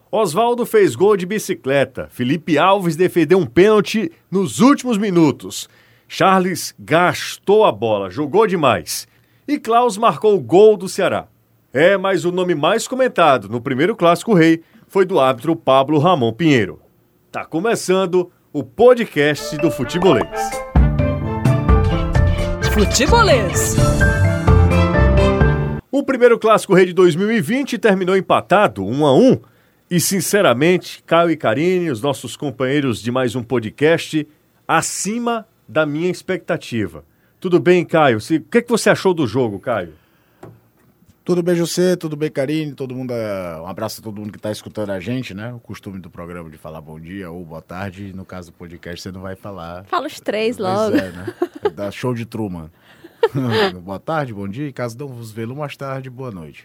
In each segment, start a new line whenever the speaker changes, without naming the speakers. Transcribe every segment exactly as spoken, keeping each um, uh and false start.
Oswaldo fez gol de bicicleta. Felipe Alves defendeu um pênalti nos últimos minutos. Charles gastou a bola, jogou demais. E Klaus marcou o gol do Ceará. É, mas o nome mais comentado no primeiro Clássico Rei foi do árbitro Pablo Ramon Pinheiro. Tá começando o podcast do Futebolês.
Futebolês.
O primeiro Clássico Rei de dois mil e vinte terminou empatado, um a um. E, sinceramente, Caio e Karine, os nossos companheiros de mais um podcast, acima da minha expectativa. Tudo bem, Caio? O que, é que você achou do jogo, Caio?
Tudo bem, José, tudo bem, Karine, todo mundo, um abraço a todo mundo que está escutando a gente, né? O costume do programa de falar bom dia ou boa tarde, no caso do podcast você não vai falar.
Fala os três
pois
logo.
É, né? Dá show de Truman. Boa tarde, bom dia, e caso não vos vê mais tarde, boa noite.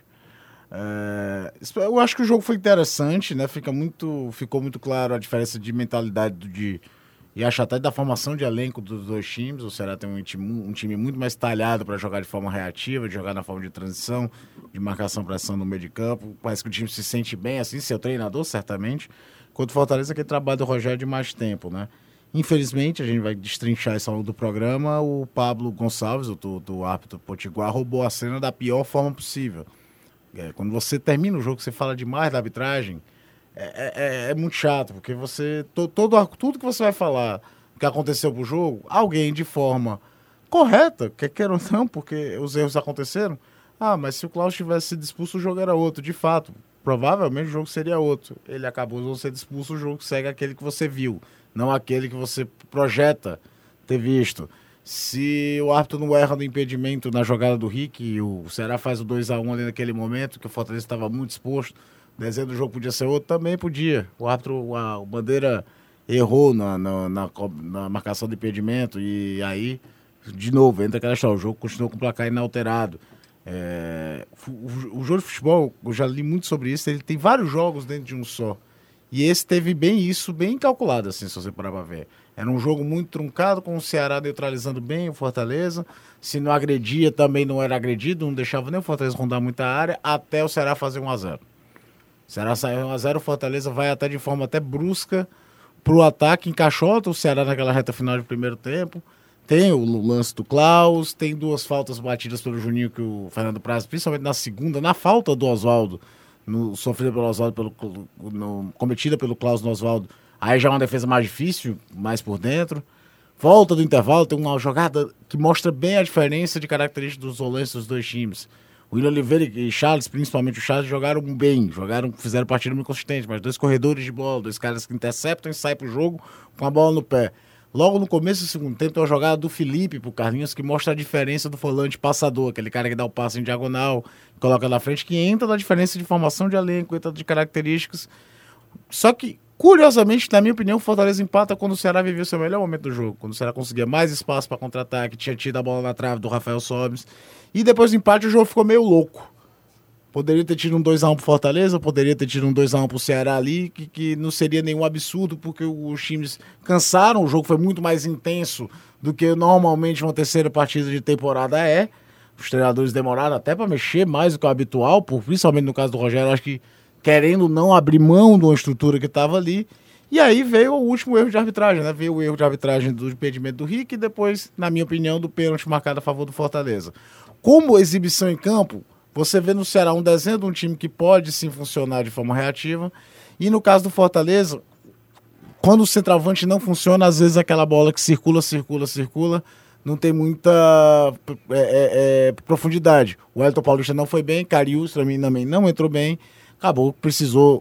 É, eu acho que o jogo foi interessante, né? Fica muito, ficou muito claro a diferença de mentalidade do, de, e acho até da formação de elenco dos dois times. O Ceará tem um time, um time muito mais talhado para jogar de forma reativa, de jogar na forma de transição, de marcação pressão no meio de campo. Parece que o time se sente bem assim, seu treinador certamente. Enquanto o Fortaleza, que é trabalho do Rogério de mais tempo, né? Infelizmente, a gente vai destrinchar isso ao longo do programa, o Pablo Gonçalves, o do, do árbitro potiguar, roubou a cena da pior forma possível. É, quando você termina o jogo, você fala demais da arbitragem, é, é, é muito chato, porque você to, todo, tudo que você vai falar que aconteceu pro jogo, alguém de forma correta, quer queira ou não, porque os erros aconteceram, ah, mas se o Klaus tivesse sido expulso, o jogo era outro, de fato, provavelmente o jogo seria outro. Ele acabou de ser expulso, o jogo segue aquele que você viu, não aquele que você projeta ter visto. Se o árbitro não erra no impedimento na jogada do Rick, o Ceará faz o dois a um ali naquele momento, que o Fortaleza estava muito exposto, o desenho do jogo podia ser outro, também podia. O árbitro, a, o Bandeira errou na, na, na, na marcação do impedimento e aí, de novo, entra aquela história, o jogo continuou com o placar inalterado. É, o, o jogo de futebol, eu já li muito sobre isso, ele tem vários jogos dentro de um só. E esse teve bem isso, bem calculado, assim, se você parar pra ver. Era um jogo muito truncado, com o Ceará neutralizando bem o Fortaleza. Se não agredia, também não era agredido, não deixava nem o Fortaleza rondar muita área, até o Ceará fazer um a zero. O Ceará saiu um a zero, o Fortaleza vai até de forma até brusca pro ataque, encaixota o Ceará naquela reta final de primeiro tempo. Tem o lance do Klaus, tem duas faltas batidas pelo Juninho, que o Fernando Praz, principalmente na segunda, na falta do Oswaldo, no, sofrida pelo Oswaldo, pelo, no, cometida pelo Klaus no Oswaldo. Aí já é uma defesa mais difícil, mais por dentro. Volta do intervalo, tem uma jogada que mostra bem a diferença de características dos volantes dos dois times. O William Oliveira e Charles, principalmente o Charles, jogaram bem, jogaram, fizeram partida muito consistente, mas dois corredores de bola, dois caras que interceptam e saem pro jogo com a bola no pé. Logo no começo do segundo tempo tem uma jogada do Felipe pro Carlinhos que mostra a diferença do volante passador, aquele cara que dá o passe em diagonal, coloca na frente, que entra na diferença de formação de elenco, entra de características. Só que, curiosamente, na minha opinião, o Fortaleza empata quando o Ceará viveu o seu melhor momento do jogo, quando o Ceará conseguia mais espaço para contra-ataque, tinha tido a bola na trave do Rafael Sobis, e depois do empate o jogo ficou meio louco. Poderia ter tido um dois a um pro Fortaleza, poderia ter tido um dois a um pro Ceará ali, que, que não seria nenhum absurdo, porque os times cansaram, o jogo foi muito mais intenso do que normalmente uma terceira partida de temporada é. Os treinadores demoraram até para mexer mais do que o habitual, por, principalmente no caso do Rogério, acho que querendo não abrir mão de uma estrutura que estava ali. E aí veio o último erro de arbitragem, né? Veio o erro de arbitragem do impedimento do Rick e depois, na minha opinião, do pênalti marcado a favor do Fortaleza. Como exibição em campo, você vê no Ceará um desenho de um time que pode sim funcionar de forma reativa. E no caso do Fortaleza, quando o centroavante não funciona, às vezes aquela bola que circula, circula, circula, não tem muita é, é, é, profundidade. O Elton Paulista não foi bem, Cariús também não entrou bem. Acabou, precisou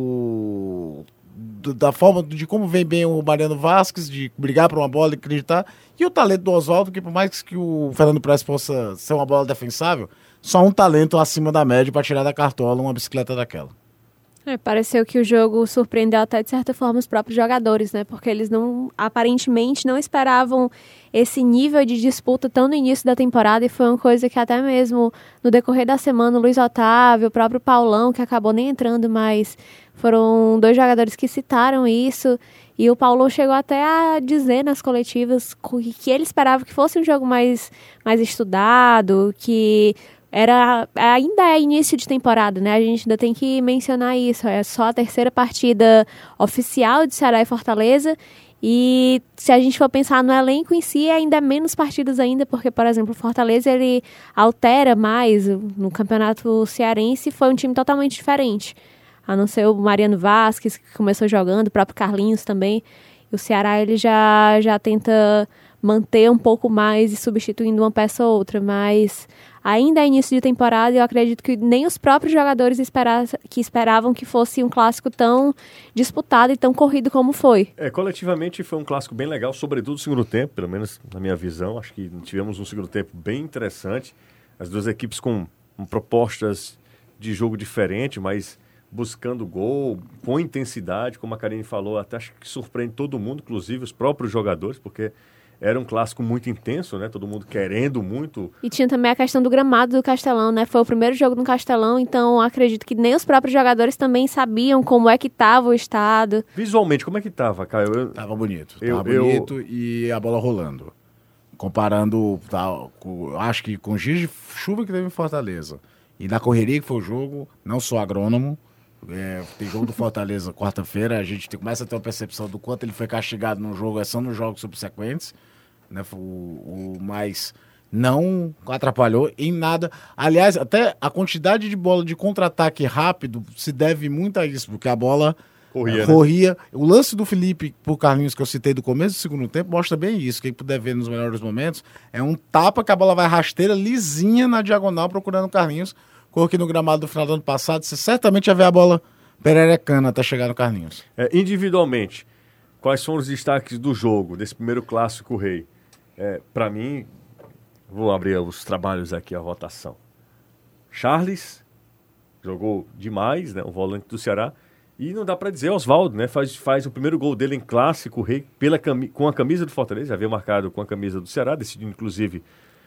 do, do, da forma de como vem bem o Mariano Vasquez, de brigar por uma bola e acreditar. E o talento do Oswaldo, que por mais que o Fernando Praz possa ser uma bola defensável, só um talento acima da média para tirar da cartola uma bicicleta daquela.
É, pareceu que o jogo surpreendeu até de certa forma os próprios jogadores, né? Porque eles não, aparentemente não esperavam esse nível de disputa tão no início da temporada e foi uma coisa que até mesmo no decorrer da semana o Luiz Otávio, o próprio Paulão, que acabou nem entrando, mas foram dois jogadores que citaram isso e o Paulão chegou até a dizer nas coletivas que ele esperava que fosse um jogo mais, mais estudado, que era, ainda é início de temporada, né? A gente ainda tem que mencionar isso. É só a terceira partida oficial de Ceará e Fortaleza. E se a gente for pensar no elenco em si, é ainda menos partidas ainda, porque, por exemplo, o Fortaleza ele altera mais. No campeonato cearense foi um time totalmente diferente. A não ser o Mariano Vasquez, que começou jogando, o próprio Carlinhos também. E o Ceará ele já, já tenta manter um pouco mais e substituindo uma peça ou outra, mas ainda é início de temporada e eu acredito que nem os próprios jogadores espera- que esperavam que fosse um clássico tão disputado e tão corrido como foi.
É, coletivamente foi um clássico bem legal, sobretudo no segundo tempo, pelo menos na minha visão. Acho que tivemos um segundo tempo bem interessante. As duas equipes com, com propostas de jogo diferente, mas buscando gol, com intensidade, como a Karine falou, até acho que surpreende todo mundo, inclusive os próprios jogadores, porque era um clássico muito intenso, né? Todo mundo querendo muito.
E tinha também a questão do gramado do Castelão, né? Foi o primeiro jogo no Castelão, então acredito que nem os próprios jogadores também sabiam como é que estava o estado.
Visualmente, como é que estava, Caio? Eu...
Tava bonito,
eu,
tava bonito eu... e a bola rolando. Comparando, tá, com, acho que com os dias de chuva que teve em Fortaleza e na correria que foi o jogo, não sou agrônomo, é, tem jogo do Fortaleza quarta-feira, a gente tem, começa a ter uma percepção do quanto ele foi castigado no jogo, é só nos jogos subsequentes, né, o, o, mas não atrapalhou em nada. Aliás, até a quantidade de bola de contra-ataque rápido se deve muito a isso, porque a bola corria. É, corria. Né? O lance do Felipe por Carlinhos, que eu citei do começo do segundo tempo, mostra bem isso. Quem puder ver nos melhores momentos, é um tapa que a bola vai rasteira, lisinha na diagonal, procurando o Carlinhos. Coloquei no gramado do final do ano passado, você certamente ia ver a bola pererecana até chegar no Carlinhos.
É, individualmente, quais foram os destaques do jogo, desse primeiro clássico rei? É, para mim, vou abrir os trabalhos aqui, a votação. Charles jogou demais, né, o volante do Ceará. E não dá para dizer, Oswaldo, né, faz, faz o primeiro gol dele em clássico rei pela cami- com a camisa do Fortaleza, já havia marcado com a camisa do Ceará, decidindo inclusive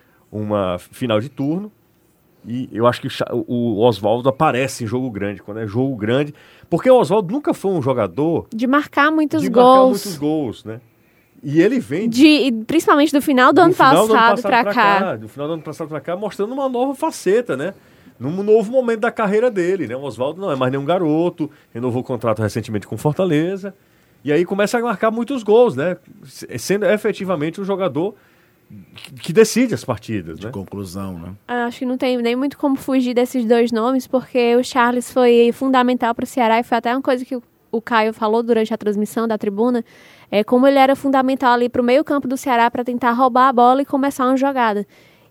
uma final de turno. E eu acho que o Oswaldo aparece em jogo grande, quando é jogo grande, porque o Oswaldo nunca foi um jogador
de marcar muitos
de
gols.
marcar muitos gols, né? E ele vem
de, principalmente do final do, do ano final passado, ano passado para cá. cá,
do final do ano passado para cá, mostrando uma nova faceta, né? Num novo momento da carreira dele, né? O Oswaldo não é mais nenhum garoto, renovou o contrato recentemente com Fortaleza, e aí começa a marcar muitos gols, né? Sendo efetivamente um jogador que decide as partidas,
de
né?
conclusão, né?
Acho que não tem nem muito como fugir desses dois nomes, porque o Charles foi fundamental para o Ceará e foi até uma coisa que o, o Caio falou durante a transmissão da tribuna, é como ele era fundamental ali para o meio campo do Ceará para tentar roubar a bola e começar uma jogada.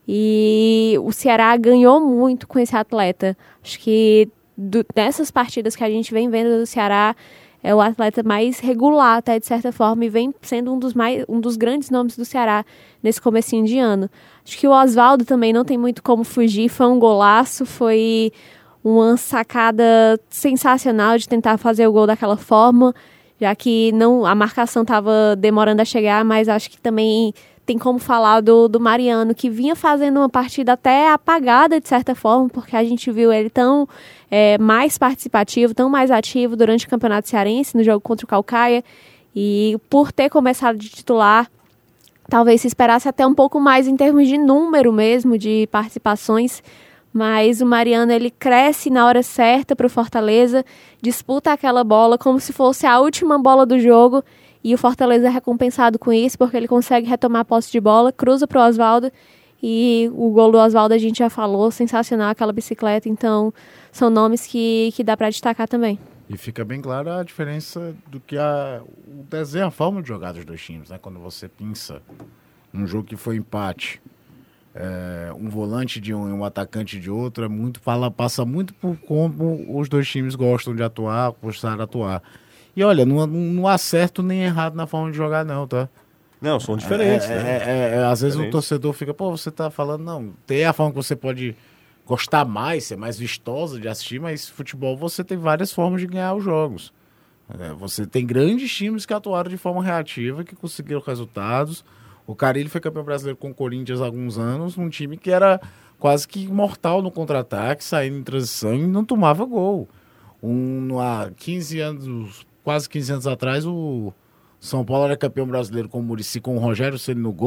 E o Ceará ganhou muito com esse atleta. Acho que do, dessas partidas que a gente vem vendo do Ceará, é o atleta mais regular, até de certa forma, e vem sendo um dos, mais, um dos grandes nomes do Ceará nesse comecinho de ano. Acho que o Oswaldo também não tem muito como fugir, foi um golaço, foi uma sacada sensacional de tentar fazer o gol daquela forma, já que não, a marcação estava demorando a chegar, mas acho que também tem como falar do, do Mariano, que vinha fazendo uma partida até apagada, de certa forma, porque a gente viu ele tão é, mais participativo, tão mais ativo durante o Campeonato Cearense, no jogo contra o Caucaia, e por ter começado de titular, talvez se esperasse até um pouco mais em termos de número mesmo, de participações, mas o Mariano, ele cresce na hora certa para o Fortaleza, disputa aquela bola como se fosse a última bola do jogo, e o Fortaleza é recompensado com isso, porque ele consegue retomar a posse de bola, cruza para o Oswaldo, e o gol do Oswaldo a gente já falou, sensacional aquela bicicleta, então são nomes que, que dá para destacar também.
E fica bem clara a diferença do que a, o desenho, a forma de jogar dos dois times, né? Quando você pensa num jogo que foi empate, é, um volante de um e um atacante de outro, é muito, fala, passa muito por como os dois times gostam de atuar, gostar de atuar. E olha, não, não há certo nem errado na forma de jogar não, tá?
Não, são diferentes,
é,
né?
É, é, é, às vezes o torcedor fica, pô, você tá falando, não, tem a forma que você pode gostar mais, ser mais vistosa de assistir, mas futebol você tem várias formas de ganhar os jogos. É, você tem grandes times que atuaram de forma reativa, que conseguiram resultados. O Carille foi campeão brasileiro com o Corinthians há alguns anos, num time que era quase que mortal no contra-ataque, saindo em transição e não tomava gol. Um, há quinze anos, quase quinze anos atrás, o São Paulo era campeão brasileiro com o Muricy, com o Rogério Ceni no gol,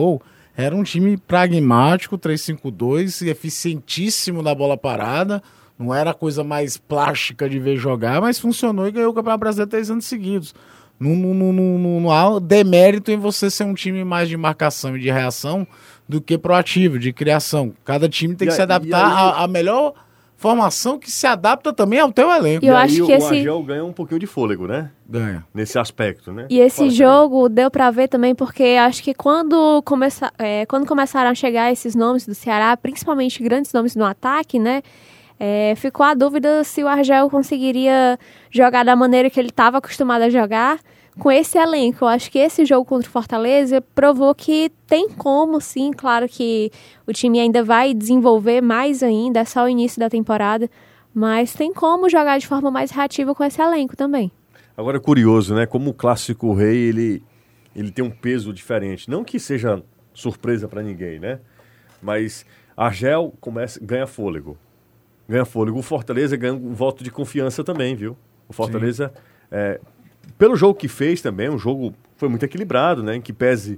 Era um time pragmático, três cinco dois, eficientíssimo na bola parada. Não era a coisa mais plástica de ver jogar, mas funcionou e ganhou o Campeonato Brasileiro três anos seguidos. Não, não, não, não, não há demérito em você ser um time mais de marcação e de reação do que proativo, de criação. Cada time tem que
E
se
a-
adaptar
e aí-
à, à melhor formação que se adapta também ao teu elenco.
E eu
e aí
acho
o,
que
o
esse-
Argel ganha um pouquinho de fôlego, né?
Ganha.
Nesse aspecto, né?
E esse
Fala,
jogo deu pra ver também, porque acho que quando, começa, é, quando começaram a chegar esses nomes do Ceará, principalmente grandes nomes no ataque, né? é, ficou a dúvida se o Argel conseguiria jogar da maneira que ele estava acostumado a jogar com esse elenco. Eu acho que esse jogo contra o Fortaleza provou que tem como, sim. Claro que o time ainda vai desenvolver mais ainda, é só o início da temporada, mas tem como jogar de forma mais reativa com esse elenco também.
Agora é curioso, né? Como o Clássico Rei, ele, ele tem um peso diferente. Não que seja surpresa para ninguém, né? Mas Argel começa, ganha fôlego. Ganha fôlego. O Fortaleza ganha um voto de confiança também, viu? O Fortaleza, é, pelo jogo que fez também, um jogo foi muito equilibrado, né? Em que pese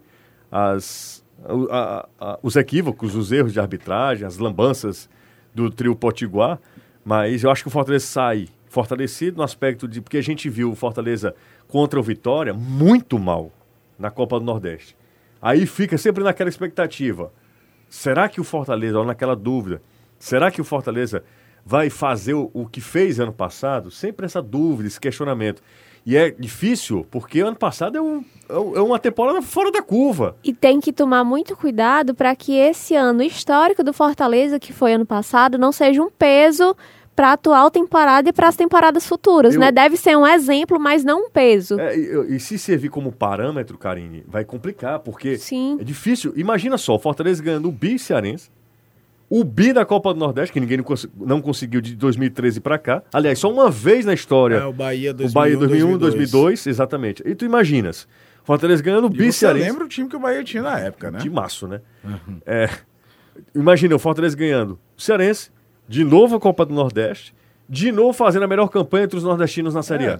as, a, a, os equívocos, os erros de arbitragem, as lambanças do trio Potiguar. Mas eu acho que o Fortaleza sai fortalecido no aspecto de... Porque a gente viu o Fortaleza contra o Vitória muito mal na Copa do Nordeste. Aí fica sempre naquela expectativa. Será que o Fortaleza, ou naquela dúvida, será que o Fortaleza vai fazer o, o que fez ano passado? Sempre essa dúvida, esse questionamento. E é difícil, porque ano passado é, um, é uma temporada fora da curva.
E tem que tomar muito cuidado para que esse ano histórico do Fortaleza, que foi ano passado, não seja um peso para a atual temporada e para as temporadas futuras,
Eu-
né? Deve ser um exemplo, mas não um peso.
É, e, e se servir como parâmetro, Karine, vai complicar, porque
Sim.
é difícil. Imagina só, o Fortaleza ganhando o bi cearense, o bi da Copa do Nordeste, que ninguém não, cons- não conseguiu de dois mil e treze para cá. Aliás, só uma vez na história.
É, o Bahia
o Bahia dois mil e um, dois mil e dois, exatamente. E tu imaginas, Fortaleza ganhando o
E
bi
você
cearense.
lembra o time que o Bahia tinha na época, né?
De maço, né? É, imagina o Fortaleza ganhando o cearense, de novo a Copa do Nordeste, de novo fazendo a melhor campanha entre os nordestinos na Série A.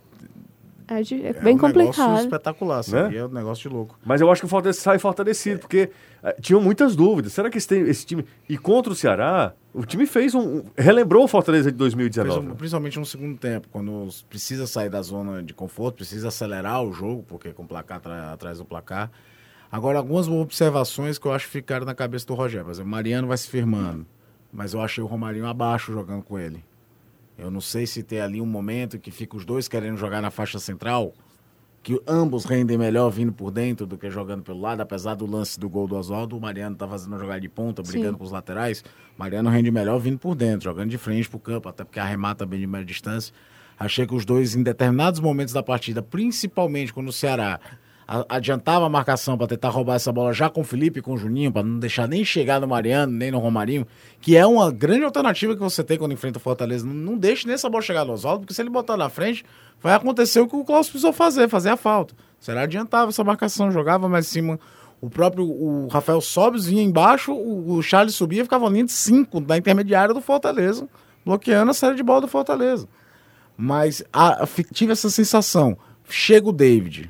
É, de- é
É
bem
um negócio
complicado.
espetacular, sabe? É um negócio de louco.
Mas eu acho que o Fortaleza sai fortalecido, porque eh, tinham muitas dúvidas. Será que esse, tem- esse time... E contra o Ceará, o time fez um... um- relembrou o Fortaleza de dois mil e
Fez
dezenove.
um- principalmente no segundo tempo, quando precisa sair da zona de conforto, precisa acelerar o jogo, porque com o placar atra- atrás do placar. Agora, algumas observações que eu acho que ficaram na cabeça do Rogério. Por exemplo, o Mariano vai se firmando, mas eu achei o Romarinho abaixo jogando com ele. Eu não sei se tem ali um momento que fica os dois querendo jogar na faixa central, que ambos rendem melhor vindo por dentro do que jogando pelo lado, apesar do lance do gol do Oswaldo, o Mariano tá fazendo uma jogada de ponta, brigando
Sim.
com os laterais. O Mariano rende melhor vindo por dentro, jogando de frente pro campo, até porque arremata bem de média distância. Achei que os dois, em determinados momentos da partida, principalmente quando o Ceará a- adiantava a marcação para tentar roubar essa bola já com o Felipe e com o Juninho, para não deixar nem chegar no Mariano, nem no Romarinho, que é uma grande alternativa que você tem quando enfrenta o Fortaleza. Não, não deixe nem essa bola chegar no Oswaldo, porque se ele botar na frente, vai acontecer o que o Klaus precisou fazer, fazer a falta. Será adiantava essa marcação, jogava mais em cima. O próprio o Rafael Sobis vinha embaixo, o, o Charles subia e ficava linha de cinco na intermediária do Fortaleza, bloqueando a série de bola do Fortaleza. Mas a, a, tive essa sensação. Chega o David.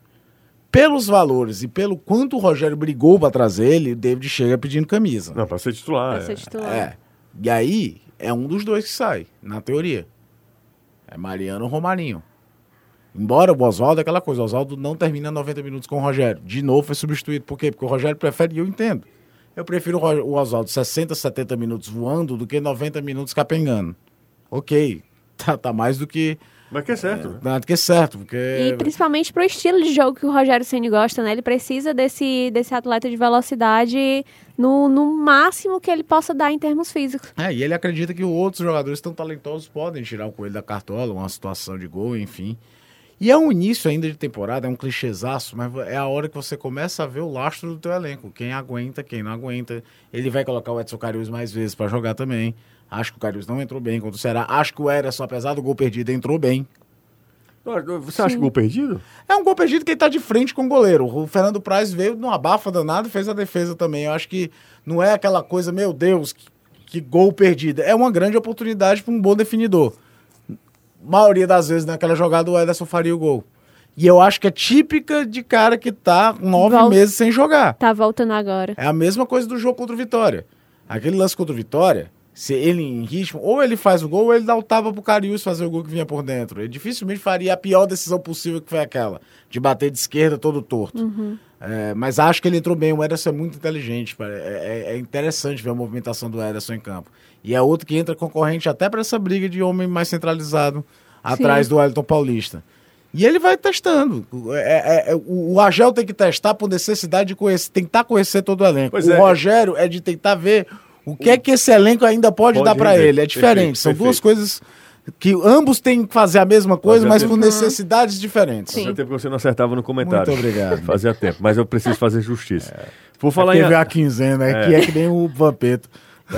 Pelos valores e pelo quanto o Rogério brigou para trazer ele, o David chega pedindo camisa.
Não, para ser titular.
Pra ser
é.
titular.
É. E aí, é um dos dois que sai, na teoria. É Mariano ou Romarinho. Embora o Oswaldo é aquela coisa, o Oswaldo não termina noventa minutos com o Rogério. De novo foi substituído. Por quê? Porque o Rogério prefere, e eu entendo. Eu prefiro o Ro- o Oswaldo sessenta, setenta minutos voando do que noventa minutos capengando. Ok. Tá, tá mais do que,
Mas que é certo, né?
nada que é certo, porque...
E principalmente pro estilo de jogo que o Rogério Ceni gosta, né? Ele precisa desse, desse atleta de velocidade no, no máximo que ele possa dar em termos físicos.
É, e ele acredita que outros jogadores tão talentosos podem tirar o coelho da cartola, uma situação de gol, enfim. E é um início ainda de temporada, é um clichêzaço, mas é a hora que você começa a ver o lastro do teu elenco. Quem aguenta, quem não aguenta. Ele vai colocar o Edson Carius mais vezes para jogar também. Acho que o Carius não entrou bem contra o Ceará. Acho que o Emerson, apesar do gol perdido, entrou bem.
Você acha que gol perdido?
É um gol perdido que ele tá de frente com o goleiro. O Fernando Praz veio numa abafa danada e fez a defesa também. Eu acho que não é aquela coisa, meu Deus, que, que gol perdido. É uma grande oportunidade para um bom definidor. Maioria das vezes naquela jogada o Ederson faria o gol. E eu acho que é típica de cara que tá nove
Vol-
meses sem jogar.
Tá voltando agora.
É a mesma coisa do jogo contra o Vitória. Aquele lance contra o Vitória, se ele em ritmo, ou ele faz o gol, ou ele dá o tapa pro Cariús fazer o gol que vinha por dentro. Ele dificilmente faria a pior decisão possível, que foi aquela, de bater de esquerda todo torto.
Uhum.
É, mas acho que ele entrou bem. O Ederson é muito inteligente. É, é, é interessante ver a movimentação do Ederson em campo. E é outro que entra concorrente até para essa briga de homem mais centralizado atrás
Sim.
do Wellington Paulista. E ele vai testando. É, é, é, o, o Argel tem que testar por necessidade de conhecer, tentar conhecer todo o elenco.
Pois
o
é.
Rogério é de tentar ver o que é que esse elenco ainda pode,
Pode
dar para
render.
ele. É diferente.
Perfeito,
São
perfeito.
duas coisas que ambos têm que fazer a mesma coisa,
Fazer
mas
a
por
mesma-
necessidades diferentes.
Sim.
Fazia tempo que você não acertava no comentário.
Muito obrigado.
Fazia tempo, mas eu preciso fazer justiça. Vou
Falar
falar em...
Teve a quinzena, é. que é que nem o Vampeta.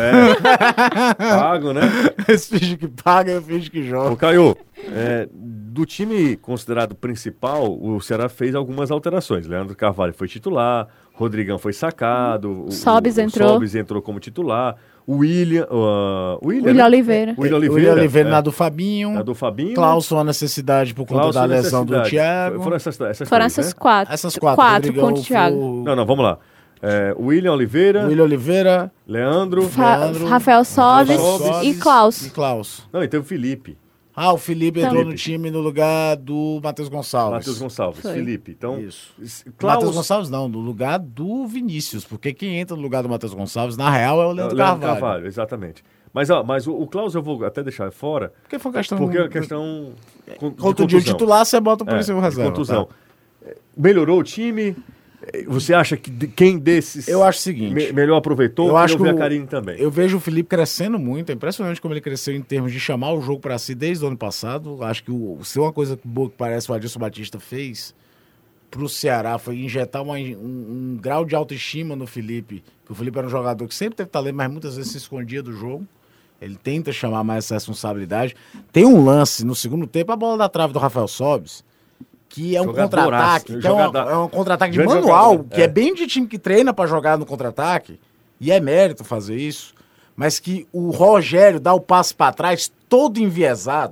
É, pago, né?
Esse finge que paga, eu finge que
Ô,
joga.
Caio, é, do time considerado principal, o Ceará fez algumas alterações. Leandro Carvalho foi titular, Rodrigão foi sacado, o,
Sobis
o, o
entrou.
Sobis entrou como titular, o William, uh, o William,
William
né?
Oliveira.
O William
O
Oliveira,
William Oliveira
é,
na do Fabinho.
a do Fabinho.
Clauson a necessidade por conta
Clauson,
da lesão do
necessidade.
Thiago.
Foram essas, essas
Foram
três,
essas
né?
quatro.
Essas quatro.
Quatro
Rodrigão,
com o Thiago.
o-
Não, não, vamos lá. É, William Oliveira,
William Oliveira,
Leandro,
Fa-
Leandro,
Rafael Sobis
Sobis
e Klaus.
E Klaus.
não, e tem o Felipe,
Ah, o Felipe entrou
Felipe.
no time no lugar do Matheus Gonçalves.
Matheus Gonçalves,
Foi.
Felipe. Então,
Isso.
s-
Matheus
Klaus,
Gonçalves não, no lugar do Vinícius, porque quem entra no lugar do Matheus Gonçalves, na real, é o Leandro,
Leandro
Carvalho.
Carvalho, exatamente. Mas, ó, mas o, o Klaus eu vou até deixar fora,
Porque foi uma questão...
porque é a questão con- de
Contra o dia
contusão.
titular, você bota por
É,
isso o
de
reserva.
contusão.
tá?
É, Melhorou o time? É, Você acha que de- quem desses
Eu acho o seguinte...
me- melhor aproveitou?
Eu acho
eu vi
que
a
o-
Karine também.
Eu vejo o Felipe crescendo muito, é impressionante como ele cresceu em termos de chamar o jogo para si desde o ano passado. Acho que o, se uma coisa boa que parece o Adilson Batista fez para o Ceará foi injetar uma- um, um grau de autoestima no Felipe, que o Felipe era um jogador que sempre teve talento, mas muitas vezes se escondia do jogo. Ele tenta chamar mais essa responsabilidade. Tem um lance no segundo tempo, a bola da trave do Rafael Sobis, que é um
Jogadoraço,
contra-ataque, que é, uma-
jogada-
é um contra-ataque de
grande
manual,
jogador,
que
é.
é bem de time que treina para jogar no contra-ataque, e é mérito fazer isso, mas que o Rogério dá o passo para trás, todo enviesado,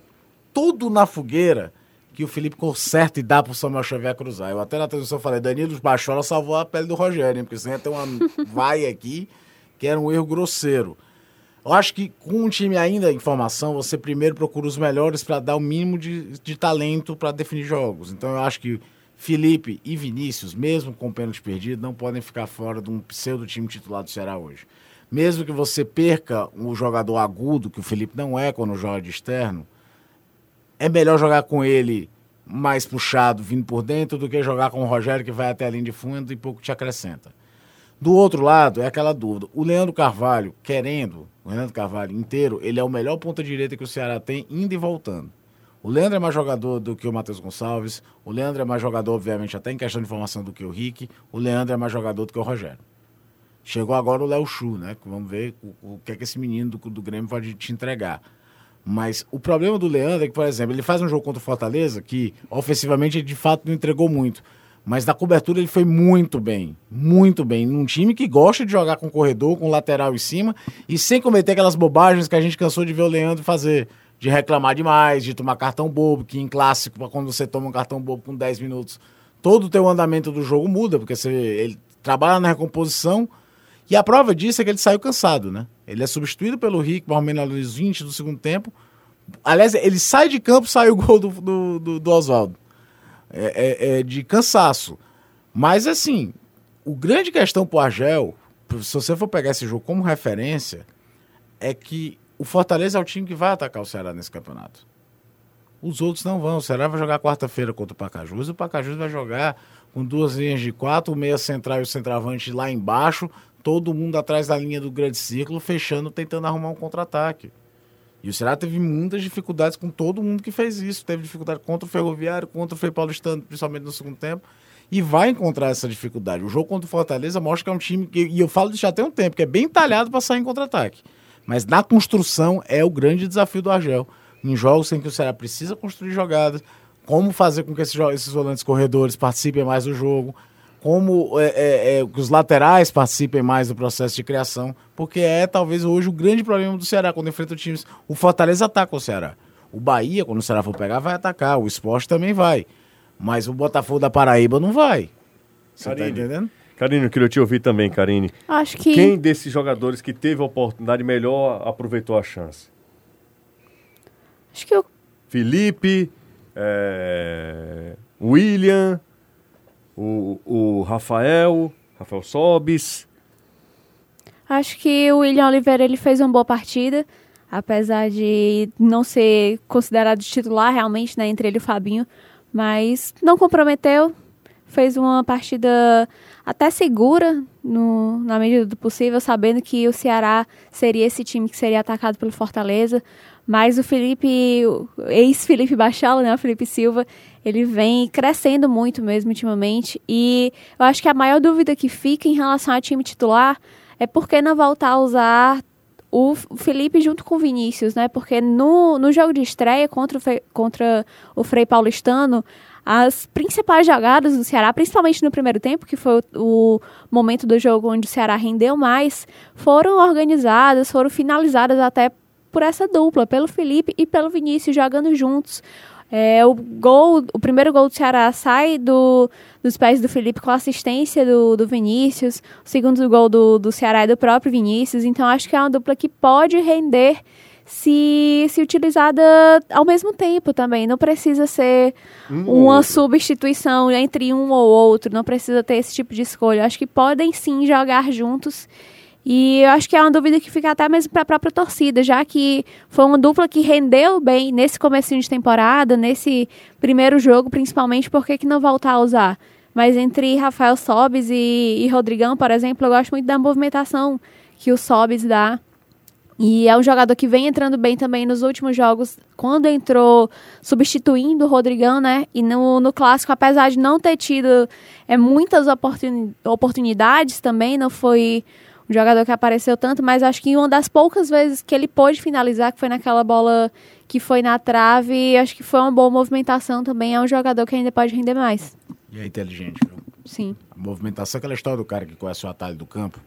todo na fogueira, que o Felipe conserta e dá pro Samuel Xavier cruzar. Eu até na transmissão falei, Danilo Bachola salvou a pele do Rogério, hein, porque senão ia ter uma vaia aqui, que era um erro grosseiro. Eu acho que com um time ainda em formação, você primeiro procura os melhores para dar o mínimo de, de talento para definir jogos. Então eu acho que Felipe e Vinícius, mesmo com o pênalti perdido, não podem ficar fora de um pseudo time titular do Ceará hoje. Mesmo que você perca um jogador agudo, que o Felipe não é quando joga de externo, é melhor jogar com ele mais puxado, vindo por dentro, do que jogar com o Rogério, que vai até a linha de fundo e pouco te acrescenta. Do outro lado, é aquela dúvida. O Leandro Carvalho, querendo, o Leandro Carvalho inteiro, ele é o melhor ponta-direita que o Ceará tem, indo e voltando. O Leandro é mais jogador do que o Matheus Gonçalves, o Leandro é mais jogador, obviamente, até em questão de formação do que o Rick, o Leandro é mais jogador do que o Rogério. Chegou agora o Léo Chu, né? Vamos ver o, o que é que esse menino do, do Grêmio pode te entregar. Mas o problema do Leandro é que, por exemplo, ele faz um jogo contra o Fortaleza que, ofensivamente, ele de fato não entregou muito. Mas na cobertura ele foi muito bem, muito bem. Num time que gosta de jogar com corredor, com lateral em cima, e sem cometer aquelas bobagens que a gente cansou de ver o Leandro fazer. De reclamar demais, de tomar cartão bobo, que em clássico, quando você toma um cartão bobo com dez minutos, todo o teu andamento do jogo muda, porque você, ele trabalha na recomposição. E a prova disso é que ele saiu cansado, né? Ele é substituído pelo Rick, mais ou menos nos vinte do segundo tempo. Aliás, ele sai de campo, sai o gol do, do, do, do Oswaldo. É, é, é de cansaço. Mas, assim, o grande questão pro Argel, se você for pegar esse jogo como referência, é que o Fortaleza é o time que vai atacar o Ceará nesse campeonato. Os outros não vão. O Ceará vai jogar quarta-feira contra o Pacajus, e o Pacajus vai jogar com duas linhas de quatro, o meia central e o centroavante lá embaixo, todo mundo atrás da linha do grande círculo, fechando, tentando arrumar um contra-ataque. E o Ceará teve muitas dificuldades com todo mundo que fez isso. Teve dificuldade contra o Ferroviário, contra o Frei Paulistano, principalmente no segundo tempo, e vai encontrar essa dificuldade. O jogo contra o Fortaleza mostra que é um time, que, e eu falo disso já tem um tempo, que é bem talhado para sair em contra-ataque. Mas na construção é o grande desafio do Argel. Em jogos em que o Ceará precisa construir jogadas, como fazer com que esses, esses volantes corredores participem mais do jogo, como é, é, é, que os laterais participem mais do processo de criação, porque é talvez hoje o grande problema do Ceará quando enfrenta times. O Fortaleza ataca o Ceará. O Bahia, quando o Ceará for pegar, vai atacar. O Sport também vai. Mas o Botafogo da Paraíba não vai. Você
Karine,
tá entendendo?
Karine, eu queria te ouvir também, Karine.
Acho que...
Quem desses jogadores que teve a oportunidade melhor aproveitou a chance?
Acho que eu...
Felipe, é... William, o, o Rafael, Rafael Sobis.
Acho que o William Oliveira ele fez uma boa partida, apesar de não ser considerado titular realmente, né, entre ele e o Fabinho, mas não comprometeu, fez uma partida até segura, no, na medida do possível, sabendo que o Ceará seria esse time que seria atacado pelo Fortaleza, mas o Felipe, o ex-Felipe Bachala, né, o Felipe Silva, ele vem crescendo muito mesmo ultimamente, e eu acho que a maior dúvida que fica em relação ao time titular é por que não voltar a usar o Felipe junto com o Vinícius, né? Porque no, no jogo de estreia contra o, Fe, contra o Frei Paulistano, as principais jogadas do Ceará, principalmente no primeiro tempo, que foi o, o momento do jogo onde o Ceará rendeu mais, foram organizadas, foram finalizadas até por essa dupla, pelo Felipe e pelo Vinícius jogando juntos. É, o, gol, o primeiro gol do Ceará sai do, dos pés do Felipe com assistência do, do Vinícius. O segundo gol do, do Ceará é do próprio Vinícius. Então, acho que é uma dupla que pode render se, se utilizada ao mesmo tempo também. Não precisa ser um uma outro. substituição entre um ou outro. Não precisa ter esse tipo de escolha. Acho que podem sim jogar juntos. E eu acho que é uma dúvida que fica até mesmo para a própria torcida, já que foi uma dupla que rendeu bem nesse comecinho de temporada, nesse primeiro jogo, principalmente, por que que não voltar a usar? Mas entre Rafael Sobis e, e Rodrigão, por exemplo, eu gosto muito da movimentação que o Sobis dá. E é um jogador que vem entrando bem também nos últimos jogos, quando entrou substituindo o Rodrigão, né? E no, no Clássico, apesar de não ter tido é, muitas oportuni- oportunidades também, não foi um jogador que apareceu tanto, mas acho que uma das poucas vezes que ele pôde finalizar, que foi naquela bola que foi na trave, acho que foi uma boa movimentação também. É um jogador que ainda pode render mais.
E é inteligente, viu?
Sim.
A movimentação, aquela história do cara que conhece o atalho do campo,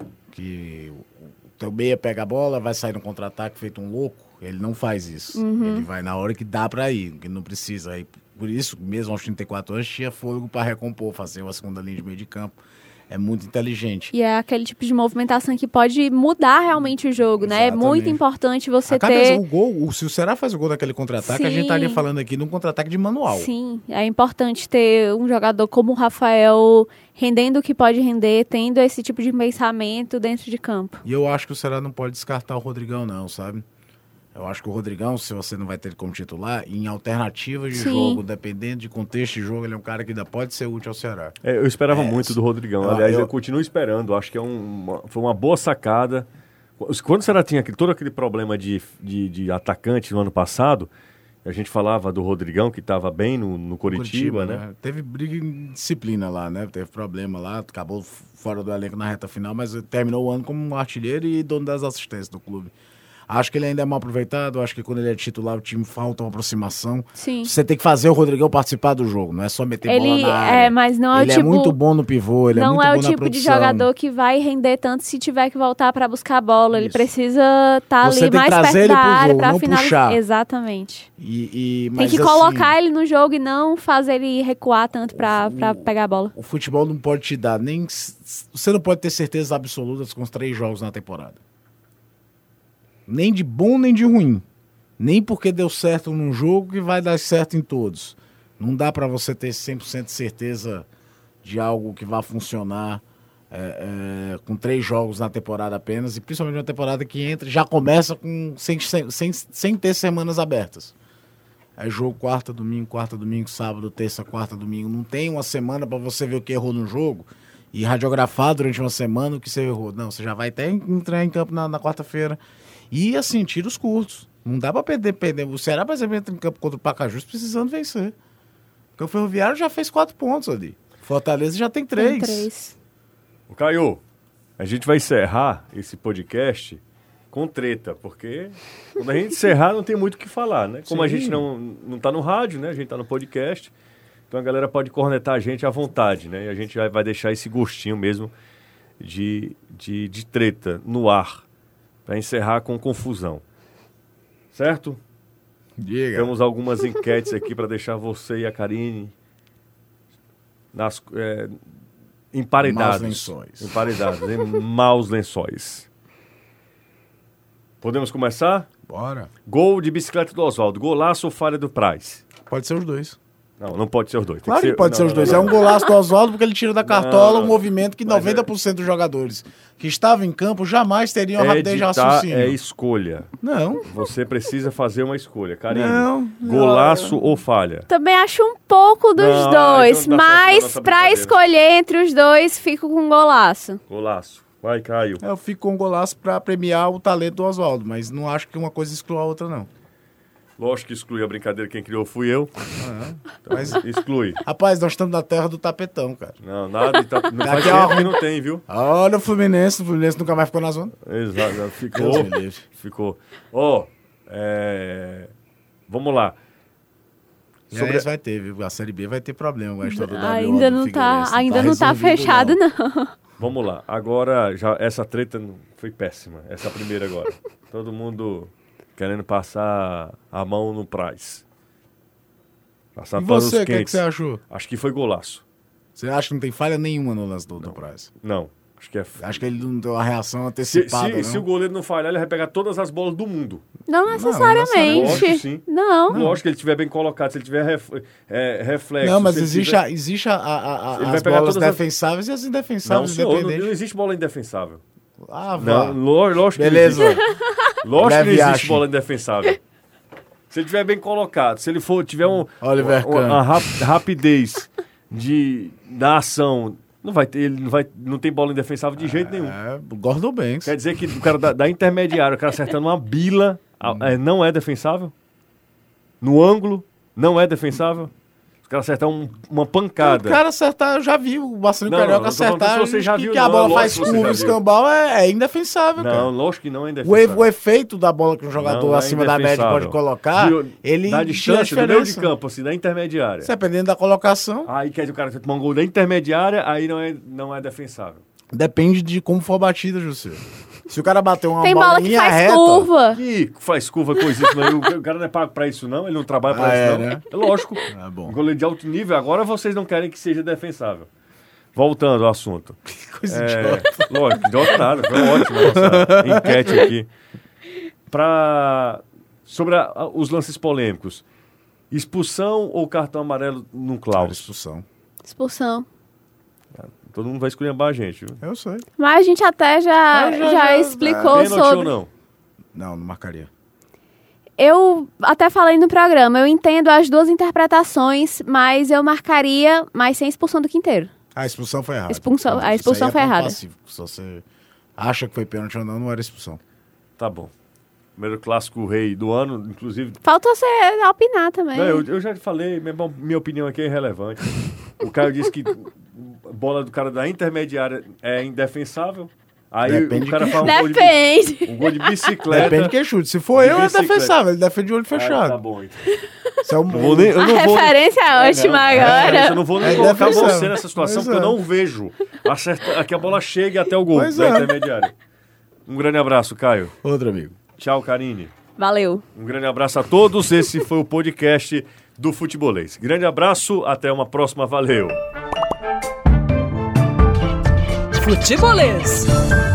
que o teu meia pega a bola, vai sair no contra-ataque feito um louco, ele não faz isso. Uhum. Ele vai na hora que dá pra ir, que não precisa. Aí, por isso, mesmo aos trinta e quatro anos, tinha fôlego para recompor, fazer uma segunda linha de meio de campo. É muito inteligente.
E é aquele tipo de movimentação que pode mudar realmente o jogo, Exatamente. né? É muito importante você
Acaba
ter...
O gol, o, se o Ceará faz o gol daquele contra-ataque, Sim. a gente estaria falando aqui num contra-ataque de manual.
Sim, é importante ter um jogador como o Rafael rendendo o que pode render, tendo esse tipo de pensamento dentro de campo.
E eu acho que o Ceará não pode descartar o Rodrigão, não, sabe? Eu acho que o Rodrigão, se você não vai ter ele como titular, em alternativas de Sim. jogo, dependendo de contexto de jogo, ele é um cara que ainda pode ser útil ao Ceará.
É, eu esperava é, muito do Rodrigão. Eu, Aliás, eu, eu continuo esperando. Acho que é um, uma, foi uma boa sacada. Quando o Ceará tinha aquele, todo aquele problema de, de, de atacante no ano passado, a gente falava do Rodrigão, que estava bem no, no Coritiba, Curitiba, né? né?
Teve briga em disciplina lá, né? Teve problema lá, acabou fora do elenco na reta final, mas terminou o ano como um artilheiro e dono das assistências do clube. Acho que ele ainda é mal aproveitado, acho que quando ele é titular o time falta uma aproximação.
Sim.
Você tem que fazer o Rodrigão participar do jogo, não é só meter
ele,
bola na área.
É, mas não é
ele
o tipo,
é muito bom no pivô, ele é muito bom na produção.
Não é o tipo de jogador que vai render tanto se tiver que voltar para buscar a bola. Isso. Ele precisa estar tá ali mais perto da área para finalizar. Exatamente.
E, e,
tem que
assim,
colocar ele no jogo e não fazer ele recuar tanto para pegar a bola.
O futebol não pode te dar nem... Você não pode ter certezas absolutas com os três jogos na temporada. Nem de bom, nem de ruim. Nem porque deu certo num jogo que vai dar certo em todos. Não dá para você ter cem por cento de certeza de algo que vai funcionar é, é, com três jogos na temporada apenas, e principalmente uma temporada que entra já começa com, sem, sem, sem ter semanas abertas. É jogo quarta, domingo, quarta, domingo, sábado, terça, quarta, domingo. Não tem uma semana para você ver o que errou no jogo e radiografar durante uma semana o que você errou. Não, você já vai até entrar em campo na, na quarta-feira. E, assim, tiros curtos. Não dá pra perder, perder. O Ceará, por exemplo, entra em campo contra o Pacajus precisando vencer. Porque o Ferroviário já fez quatro pontos ali. Fortaleza já tem três.
Tem três.
O Caio, a gente vai encerrar esse podcast com treta, porque quando a gente encerrar não tem muito o que falar, né? Como Sim. a gente não, não tá no rádio, né? A gente tá no podcast. Então a galera pode cornetar a gente à vontade, né? E a gente vai deixar esse gostinho mesmo de, de, de treta no ar. Para encerrar com confusão. Certo?
Diga.
Temos algumas enquetes aqui para deixar você e a Karine nas, é, emparedados.
Maus lençóis.
Emparedados, em maus lençóis. Podemos começar?
Bora.
Gol de bicicleta do Oswaldo. Golaço ou falha do Price?
Pode ser os dois.
Não, não pode ser os dois. Tem
Claro que,
ser...
pode
não,
ser
não,
os dois.
não, não,
é um
não.
golaço do Oswaldo porque ele tira da cartola
Não,
um movimento que
mas
noventa por cento dos jogadores que estavam em campo jamais teriam rapidez de
Editar
raciocínio.
é escolha.
Não.
Você precisa fazer uma escolha. Karine,
Não,
golaço
não.
ou falha?
Também acho um pouco dos
Não,
dois,
então não dá certo a
mas
nossa
pra
brincadeira.
escolher entre os dois, fico com golaço.
Golaço. Vai, Caio.
Eu fico com um golaço pra premiar o talento do Oswaldo, mas não acho que uma coisa exclua a outra, não.
Lógico que exclui a brincadeira. Quem criou fui eu. Então,
Mas,
exclui.
rapaz, nós estamos na terra do tapetão, cara.
Não, nada. de Tá... Não faz
Daqui a
tempo que não tem, viu?
Olha o Fluminense, o Fluminense nunca mais ficou na zona.
Exato. Ficou.
Deus me livre.
Ficou. Ó, é... vamos lá.
Sobre...
Sobre...
Esse vai ter, viu? A Série B vai ter problema com a história do
Ainda
W O
não
do
tá,
Figueirense.
ainda não tá
resolvido,
fechado, não.
Vamos lá. Agora, já essa treta não- foi péssima. Essa primeira agora. Todo mundo querendo passar a mão no Price. Passar
E
panos
você, o que, é que
quentes.
você achou?
Acho que foi golaço.
Você acha que não tem falha nenhuma no lance do, do Price?
Não. Acho que é...
Acho que ele não deu uma reação
Se,
antecipada,
se,
não?
se o goleiro não falhar, ele vai pegar todas as bolas do mundo.
Não
Não,
necessariamente.
Lógico, sim.
Não.
Lógico que ele estiver bem colocado, se ele tiver ref, é, reflexo.
Não, mas
se ele
existe,
tiver-
a, existe a, a, a,
Ele vai
as
pegar
bolas
todas as-
defensáveis e as
Não,
indefensáveis,
senhor, não,
independente.
não existe bola indefensável.
Ah, vá.
Não, ló- lógico que
Beleza.
não existe. Lógico que não
Leve
existe
ache.
bola indefensável. Se ele estiver bem colocado, se ele for tiver um,
Oliver
uma,
Kahn.
uma rap- rapidez de, da ação, não vai ter, ele não, vai, não tem bola indefensável de jeito nenhum.
É, Gordon Banks.
Quer dizer que o cara da, da intermediária, o cara acertando uma bila, a- é, não é defensável? No ângulo, não é defensável? O cara acertar um- uma pancada.
O cara acertar, eu já vi o Marcelinho
Não,
Carioca
não tô falando que
acertar.
você já
que,
viu,
que a
não,
bola
é
faz
lógico que você
curva,
já viu.
escambau, é, é indefensável,
Não,
cara.
lógico que não é
O,
indefensável.
e- o efeito da bola que um jogador
Não é
acima da média
indefensável.
pode colocar,
De-
ele
da
tira a
distância, do meio de
diferença.
campo, assim, da intermediária.
Dependendo da colocação,
Aí quer dizer, o cara tomar um gol da intermediária, aí não é, não é defensável.
depende de como for a batida, José. Se o cara bater uma
Tem
bola
bola
em
que
linha
faz
reta,
curva.
Que faz curva, coisa isso, mas o o cara não é pago pra isso, não? Ele não trabalha pra
Ah,
isso,
é,
não?
né?
É lógico.
É
Um
bom.
goleiro de alto nível, agora vocês não querem que seja defensável. Voltando ao assunto.
Coisa idiota.
É, lógico, idiota nada. Foi ótimo a nossa enquete aqui. Pra, sobre a- a- os lances polêmicos. Expulsão ou cartão amarelo no
Claro,
Klaus?
expulsão.
Expulsão.
Todo mundo vai escolher a gente, viu?
Eu sei.
Mas a gente até já,
Ah, já-
já,
já-
explicou
Pênalti ou
sobre.
não?
Não, não marcaria.
Eu até falei no programa, eu entendo as duas interpretações, mas eu marcaria mais sem expulsão do Quinteiro.
A expulsão foi errada.
Expulsão- a
Isso
expulsão
aí é
foi
ponto
errada.
passivo. Se você acha que foi pênalti ou não, não era expulsão.
Tá bom. Primeiro clássico rei do ano, inclusive.
Faltou você opinar também.
Não, eu, eu já falei, minha, minha opinião aqui é irrelevante. O Caio disse que a bola do cara da intermediária é indefensável. Aí
Depende
o cara
de
fala um gol, de,
Depende.
um gol de bicicleta.
Depende de quem chute. Se for
De
eu, é
bicicleta.
defensável. Ele defende de olho
Ah, tá
fechado.
bom, então.
Se é um...
Não vou nem, eu
A
não vou,
referência é ótima
não, é,
agora.
eu não vou nem
É
colocar
defensável.
você nessa situação,
Pois
porque eu
é.
não vejo acertar, que a bola chegue até o gol
Pois
da
é.
intermediária. Um grande abraço, Caio.
Outro amigo.
Tchau, Karine.
Valeu.
Um grande abraço a todos. Esse foi o podcast do Futebolês. Grande abraço, até uma próxima. Valeu.
Futebolês.